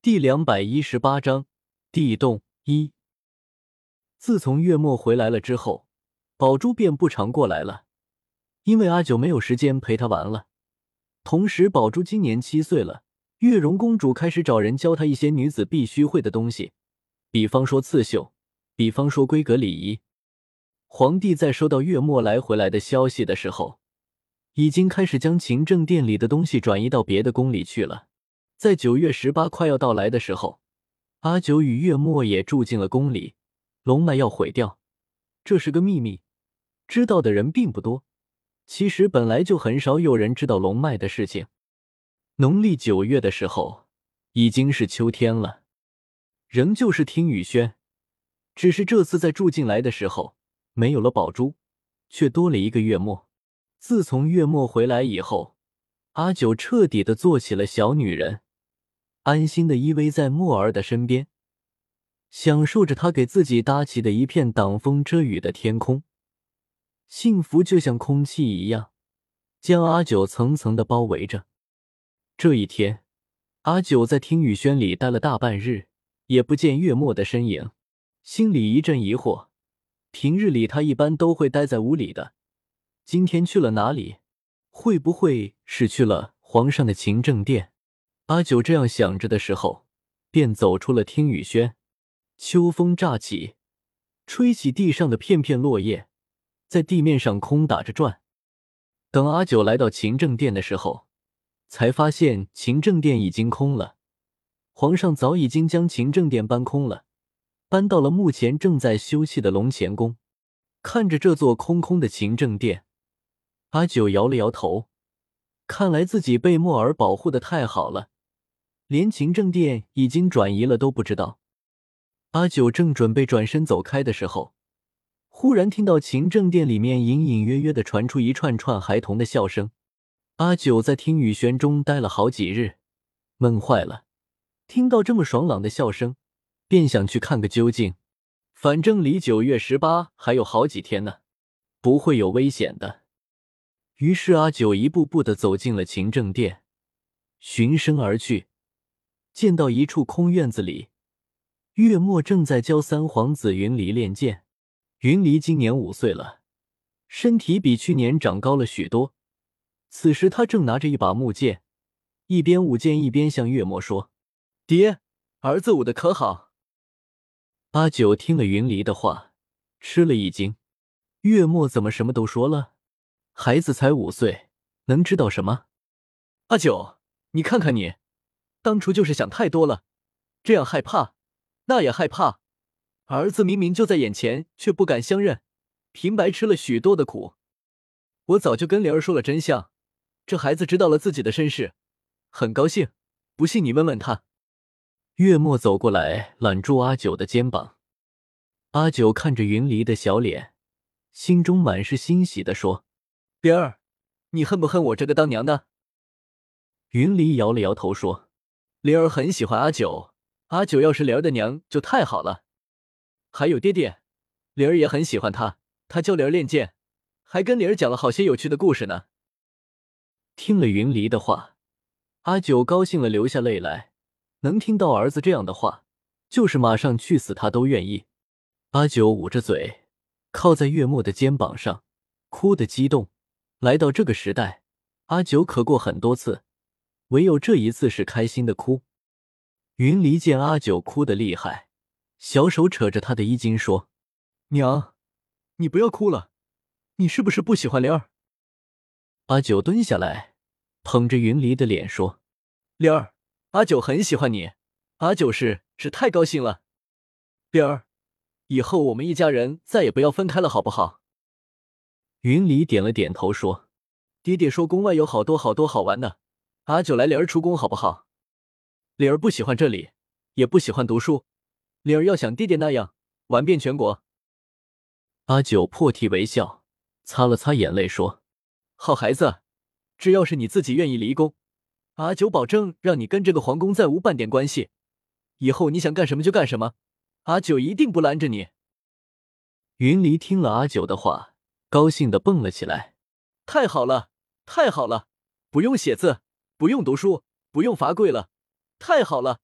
第218章地洞一。自从月末回来了之后，宝珠便不常过来了，因为阿九没有时间陪她玩了。同时宝珠今年7岁了，月容公主开始找人教她一些女子必须会的东西，比方说刺绣，比方说规格礼仪。皇帝在收到月末来回来的消息的时候，已经开始将勤政殿里的东西转移到别的宫里去了。在9月18快要到来的时候，阿九与月末也住进了宫里。龙脉要毁掉，这是个秘密，知道的人并不多。其实本来就很少有人知道龙脉的事情。农历9月的时候，已经是秋天了，仍旧是听雨轩，只是这次在住进来的时候，没有了宝珠，却多了一个月末。自从月末回来以后，阿九彻底的做起了小女人，安心的依偎在墨儿的身边，享受着他给自己搭起的一片挡风遮雨的天空。幸福就像空气一样，将阿九层层的包围着。这一天，阿九在听雨轩里待了大半日，也不见月末的身影，心里一阵疑惑。平日里他一般都会待在屋里的，今天去了哪里？会不会是去了皇上的勤政殿？阿九这样想着的时候，便走出了听雨轩。秋风乍起，吹起地上的片片落叶，在地面上空打着转。等阿九来到勤政殿的时候，才发现勤政殿已经空了。皇上早已经将勤政殿搬空了，搬到了目前正在修葺的龙潜宫。看着这座空空的勤政殿，阿九摇了摇头，看来自己被墨儿保护得太好了，连勤政殿已经转移了都不知道。阿九正准备转身走开的时候，忽然听到勤政殿里面隐隐约约地传出一串串孩童的笑声。阿九在听雨轩中待了好几日，闷坏了，听到这么爽朗的笑声，便想去看个究竟。反正离9月18还有好几天呢，不会有危险的。于是阿九一步步地走进了勤政殿，循声而去，见到一处空院子里，月末正在教三皇子云离练剑。云离今年5岁了，身体比去年长高了许多。此时他正拿着一把木剑，一边舞剑一边向月末说：“爹，儿子舞得可好？”阿九听了云离的话，吃了一惊。月末怎么什么都说了？孩子才5岁，能知道什么？阿九，你看看你，当初就是想太多了，这样害怕，那也害怕。儿子明明就在眼前，却不敢相认，平白吃了许多的苦。我早就跟灵儿说了真相，这孩子知道了自己的身世，很高兴，不信你问问他。月末走过来，揽住阿九的肩膀。阿九看着云离的小脸，心中满是欣喜地说：“灵儿，你恨不恨我这个当娘的？”云离摇了摇头说：“灵儿很喜欢阿九，阿九要是灵儿的娘就太好了。还有爹爹，灵儿也很喜欢他，他教灵儿练剑，还跟灵儿讲了好些有趣的故事呢。”听了云离的话，阿九高兴了，流下泪来。能听到儿子这样的话，就是马上去死他都愿意。阿九捂着嘴，靠在月末的肩膀上，哭得激动。来到这个时代，阿九可过很多次，唯有这一次是开心的哭。云离见阿九哭得厉害，小手扯着他的衣襟说：“娘，你不要哭了，你是不是不喜欢灵儿？”阿九蹲下来，捧着云离的脸说：“灵儿，阿九很喜欢你，阿九是太高兴了。灵儿，以后我们一家人再也不要分开了，好不好？”云离点了点头说：“爹爹说宫外有好多好玩的，阿九来灵儿出宫好不好？灵儿不喜欢这里，也不喜欢读书，灵儿要像爹爹那样玩遍全国。”阿九破涕为笑，擦了擦眼泪说：“好孩子，只要是你自己愿意离宫，阿九保证让你跟这个皇宫再无半点关系，以后你想干什么就干什么，阿九一定不拦着你。”云离听了阿九的话，高兴地蹦了起来：“太好了，太好了，不用写字，不用读书，不用罚跪了，太好了，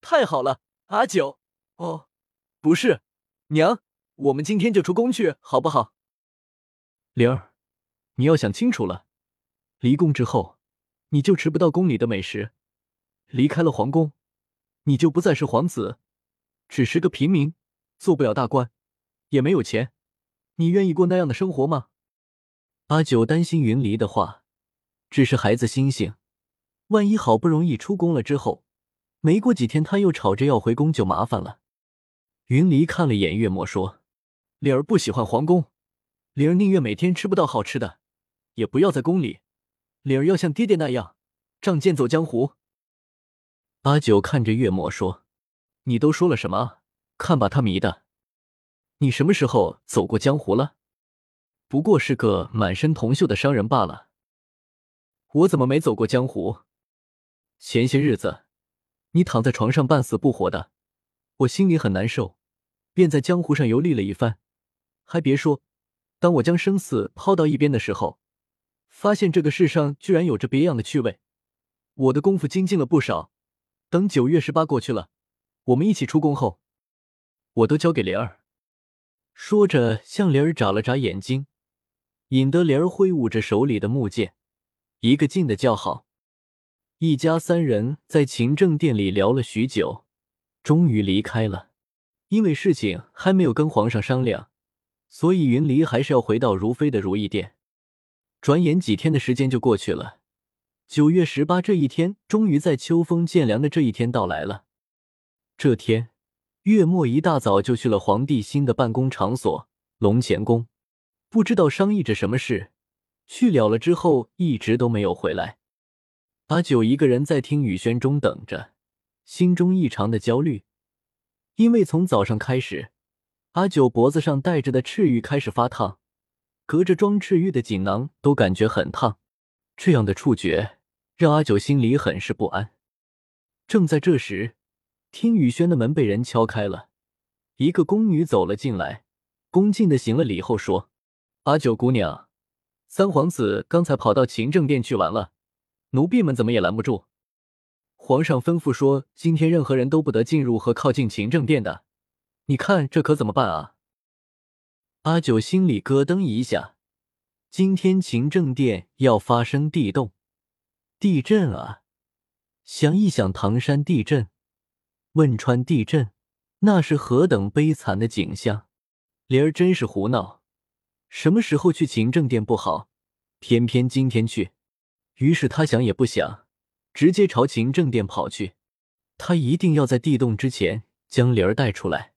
太好了，阿九。哦，不是，娘，我们今天就出宫去，好不好？ 灵儿，你要想清楚了，离宫之后，你就吃不到宫里的美食，离开了皇宫，你就不再是皇子，只是个平民，做不了大官，也没有钱，你愿意过那样的生活吗？阿九担心云离的话，只是孩子心性，万一好不容易出宫了之后，没过几天他又吵着要回宫就麻烦了。云离看了眼月末说，灵儿不喜欢皇宫，灵儿宁愿每天吃不到好吃的，也不要在宫里，灵儿要像爹爹那样仗剑走江湖。阿九看着月末说，你都说了什么？看把他迷的，你什么时候走过江湖了？不过是个满身铜锈的商人罢了。我怎么没走过江湖？前些日子你躺在床上半死不活的，我心里很难受，便在江湖上游历了一番。还别说，当我将生死抛到一边的时候，发现这个世上居然有着别样的趣味。我的功夫精进了不少，等9月18过去了，我们一起出宫后，我都交给灵儿。说着向灵儿眨了眨眼睛，引得灵儿挥舞着手里的木剑，一个劲的叫好。一家3人在勤政殿里聊了许久，终于离开了。因为事情还没有跟皇上商量，所以云离还是要回到如妃的如意殿。转眼几天的时间就过去了，9月18这一天终于在秋风渐凉的这一天到来了。这天，月末一大早就去了皇帝新的办公场所龙潜宫，不知道商议着什么事，去了之后一直都没有回来。阿九一个人在听雨轩中等着，心中异常的焦虑，因为从早上开始，阿九脖子上戴着的赤玉开始发烫，隔着装赤玉的锦囊都感觉很烫，这样的触觉让阿九心里很是不安。正在这时，听雨轩的门被人敲开了，一个宫女走了进来，恭敬地行了礼后说，阿九姑娘，三皇子刚才跑到勤政殿去玩了，奴婢们怎么也拦不住。皇上吩咐说，今天任何人都不得进入和靠近勤政殿的，你看这可怎么办啊？阿九心里咯噔一下，今天勤政殿要发生地动，地震啊！想一想唐山地震、汶川地震，那是何等悲惨的景象。灵儿真是胡闹，什么时候去勤政殿不好，偏偏今天去。于是他想也不想，直接朝勤政殿跑去。他一定要在地动之前将灵儿带出来。